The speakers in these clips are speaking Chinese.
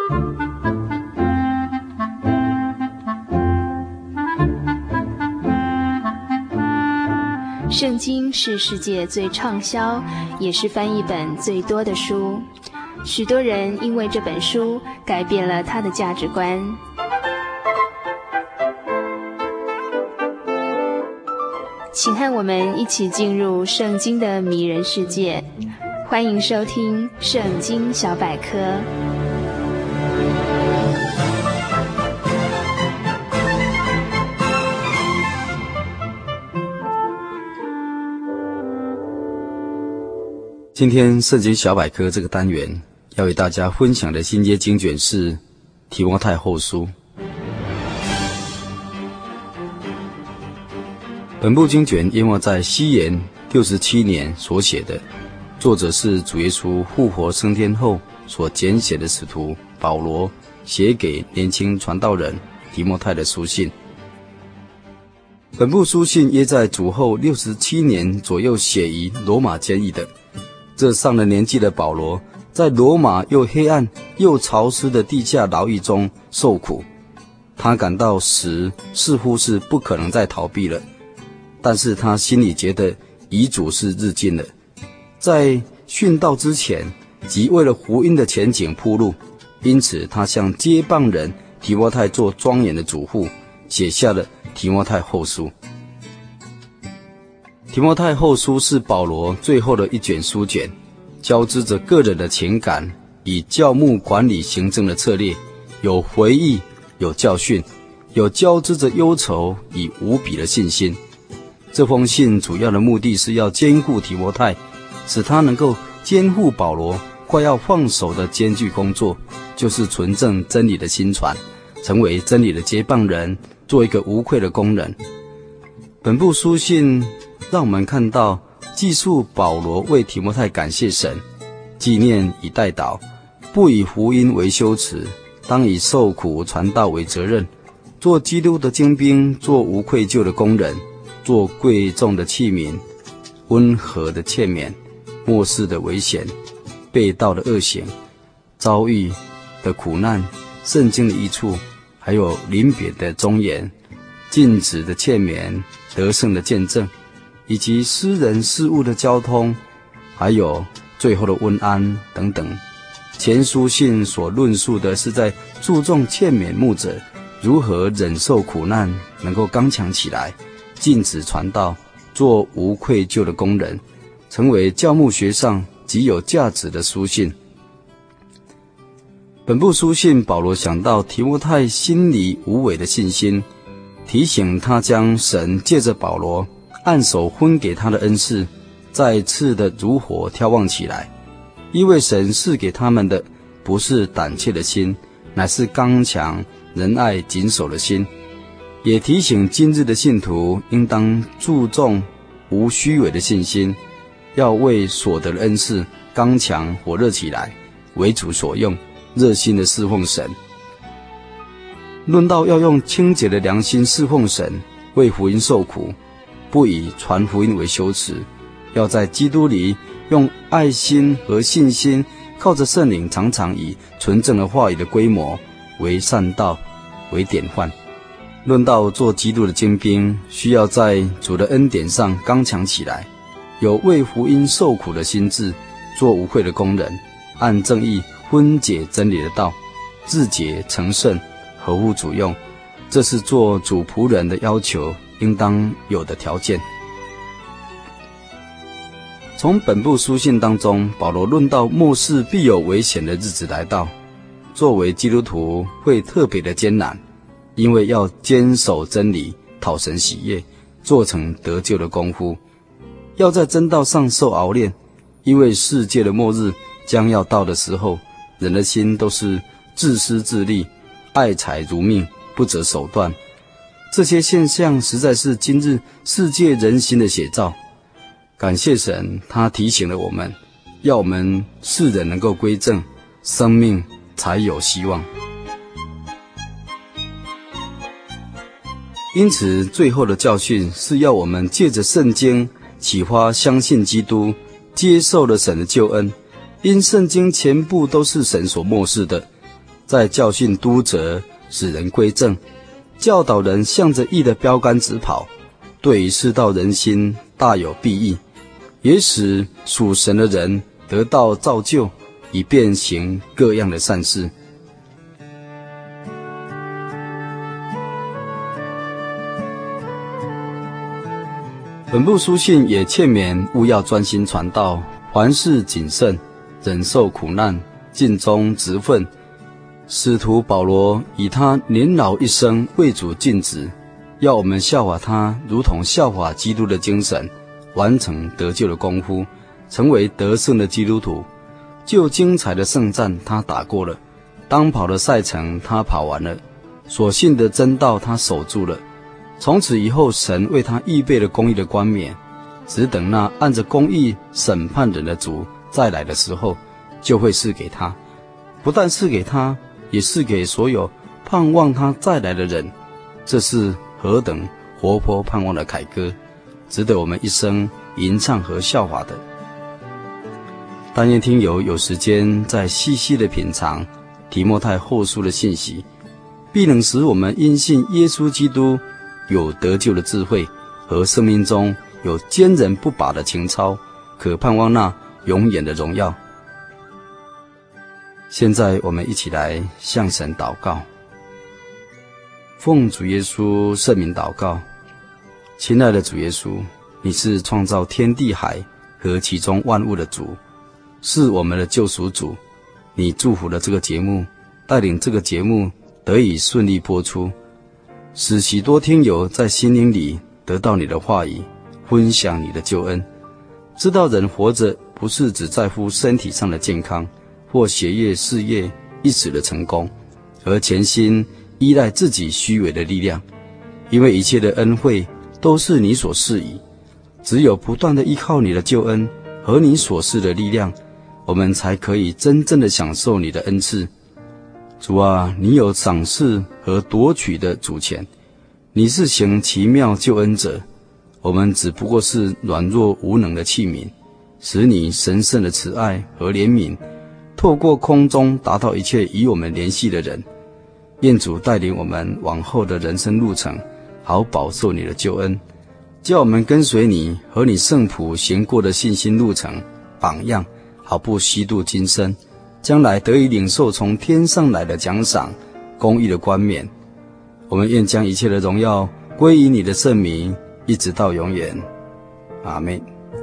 圣经是世界最畅销，也是翻译本最多的书。许多人因为这本书改变了他的价值观。请和我们一起进入圣经的迷人世界，欢迎收听《圣经小百科》。 今天圣经小百科这个单元要与大家分享的新约经卷是提摩太后书。本部经卷淹没在西元67年所写的，作者是主耶稣复活升天后所简写的使徒保罗写给年轻传道人提摩太的书信。本部书信约在主后67年左右写于罗马监狱的。这上了年纪的保罗，在罗马又黑暗又潮湿的地下牢狱中受苦，他感到死似乎是不可能再逃避了，但是他心里觉得遗嘱是日近了。在殉道之前，即为了福音的前景铺路，因此他向接棒人提摩太做庄严的嘱咐，写下了提摩太后书。提摩太后书是保罗最后的一卷书卷，交织着个人的情感与教牧管理行政的策略，有回忆，有教训，有交织着忧愁与无比的信心。这封信主要的目的是要兼顾提摩太，使他能够肩负保罗快要放手的艰巨工作，就是纯正真理的新传，成为真理的接棒人，做一个无愧的工人。本部书信让我们看到记述保罗为提摩太感谢神，纪念与代祷，不以福音为羞耻，当以受苦传道为责任，做基督的精兵，做无愧疚的工人，做贵重的器皿，温和的劝勉，漠视的危险，背道的恶行，遭遇的苦难，圣经的益处，还有临别的忠言，禁止的劝勉，得胜的见证，以及私人事务的交通，还有最后的问安等等。前书信所论述的是在注重劝勉牧者如何忍受苦难，能够刚强起来，禁止传道，做无愧疚的工人，成为教牧学上极有价值的书信。本部书信保罗想到提摩太心里无伪的信心，提醒他将神借着保罗按手分给他的恩赐再次的如火眺望起来，因为神赐给他们的不是胆怯的心，乃是刚强仁爱谨守的心。也提醒今日的信徒应当注重无虚伪的信心，要为所得的恩赐刚强火热起来，为主所用，热心的侍奉神。论到要用清洁的良心侍奉神，为福音受苦，不以传福音为羞耻，要在基督里用爱心和信心，靠着圣灵，常常以纯正的话语的规模为善道，为典范。论到做基督的精兵，需要在主的恩典上刚强起来，有为福音受苦的心志，做无愧的工人，按正义分解真理的道，自洁成圣，合乎主用。这是做主仆人的要求，应当有的条件。从本部书信当中，保罗论到末世必有危险的日子来到，作为基督徒会特别的艰难，因为要坚守真理，讨神喜悦，做成得救的功夫，要在真道上受熬炼。因为世界的末日将要到的时候，人的心都是自私自利，爱财如命，不择手段。这些现象实在是今日世界人心的写照。感谢神，他提醒了我们，要我们世人能够归正，生命才有希望。因此最后的教训是要我们借着圣经启发相信基督，接受了神的救恩。因圣经全部都是神所默示的， 在教训督责，使人归正，教导人向着义的标杆直跑，对于世道人心大有裨益，也使属神的人得到造就，以便行各样的善事。本部书信也劝勉务要专心传道，凡事谨慎，忍受苦难，尽忠职分。使徒保罗以他年老一生为主尽职，要我们效法他，如同效法基督的精神，完成得救的功夫，成为得胜的基督徒。就精彩的圣战他打过了，当跑的赛程他跑完了，所信的真道他守住了。从此以后，神为他预备了公义的冠冕，只等那按着公义审判人的主再来的时候，就会赐给他。不但赐给他，也赐给所有盼望他再来的人。这是何等活泼盼望的凯歌，值得我们一生吟唱和效法的。但愿听友有时间再细细的品尝提摩太后书的信息，必能使我们因信耶稣基督有得救的智慧，和生命中有坚韧不拔的情操，可盼望那永远的荣耀。现在我们一起来向神祷告。奉主耶稣圣名祷告。亲爱的主耶稣，你是创造天地海和其中万物的主，是我们的救赎主。你祝福了这个节目，带领这个节目得以顺利播出，使许多听友在心灵里得到你的话语，分享你的救恩，知道人活着不是只在乎身体上的健康或学业事业一时的成功，而全心依赖自己虚伪的力量，因为一切的恩惠都是你所赐予，只有不断地依靠你的救恩和你所赐的力量，我们才可以真正地享受你的恩赐。主啊，你有赏赐和夺取的主权，你是行奇妙救恩者，我们只不过是软弱无能的器皿，使你神圣的慈爱和怜悯透过空中达到一切与我们联系的人。愿主带领我们往后的人生路程，好饱受你的救恩，叫我们跟随你和你圣仆行过的信心路程榜样，好不虚度今生，将来得以领受从天上来的奖赏，公义的冠冕。我们愿将一切的荣耀归于你的圣名，一直到永远。阿们。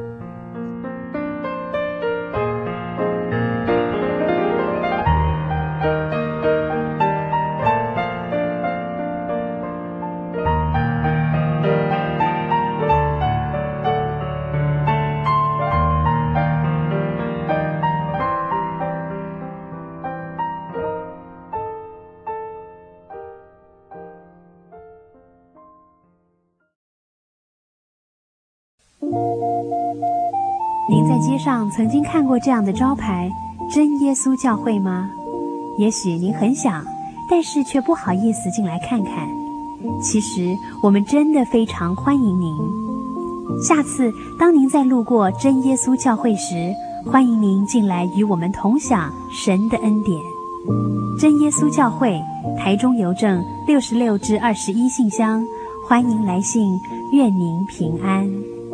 您在街上曾经看过这样的招牌“真耶稣教会”吗？也许您很想，但是却不好意思进来看看。其实我们真的非常欢迎您。下次当您在路过真耶稣教会时，欢迎您进来与我们同享神的恩典。真耶稣教会，台中邮政66-21信箱，欢迎来信，愿您平安。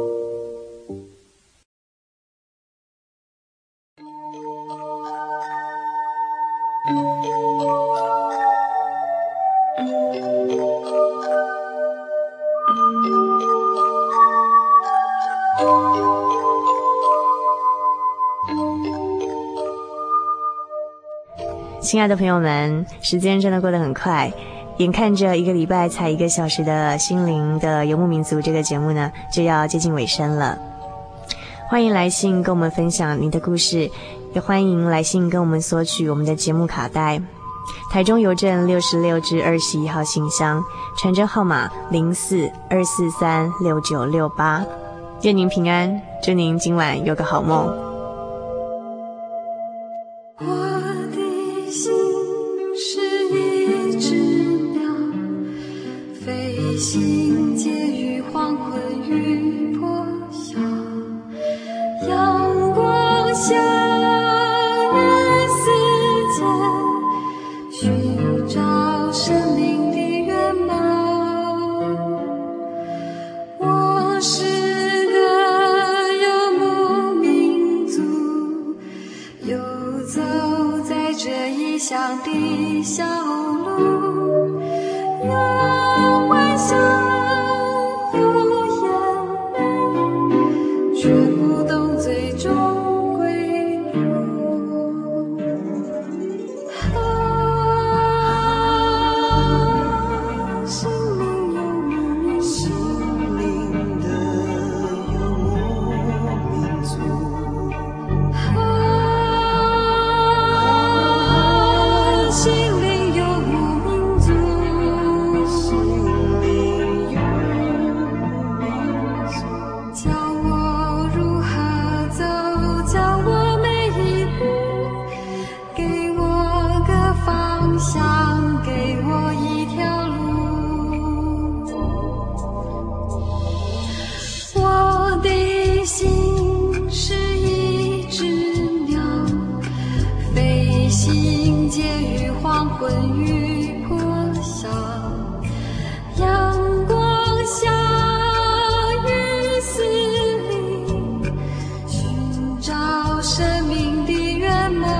亲爱的朋友们，时间真的过得很快，眼看着一个礼拜才1个小时的心灵的游牧民族这个节目呢，就要接近尾声了。欢迎来信跟我们分享您的故事，也欢迎来信跟我们索取我们的节目卡带。台中邮政66-21号信箱，传真号码04-243-6968。愿您平安，祝您今晚有个好梦。 心结于黄昏与破晓，阳光下，人世间。 乡的小路，有欢笑，有眼泪，却不懂最终归路。心灵游牧民族， 心灵的游牧民族。 心灵游牧民族，教我如何走，教我每一步，给我个方向，给我一条路。我的心是一只鸟，飞行介于黄昏与破晓，阳光下雨丝里，寻找生命的圆梦。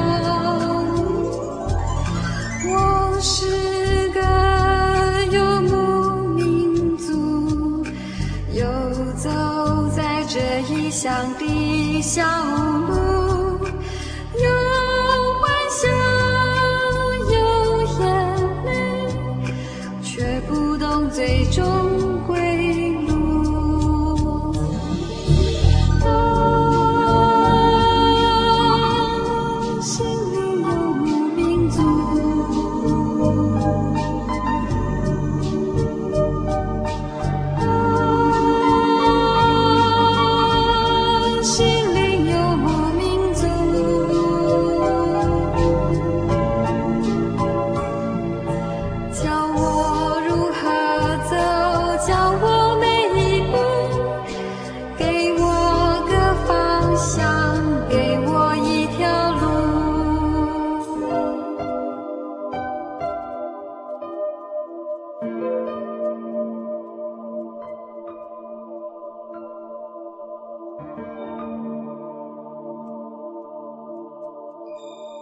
我是个游牧民族，游走在这异乡的小路。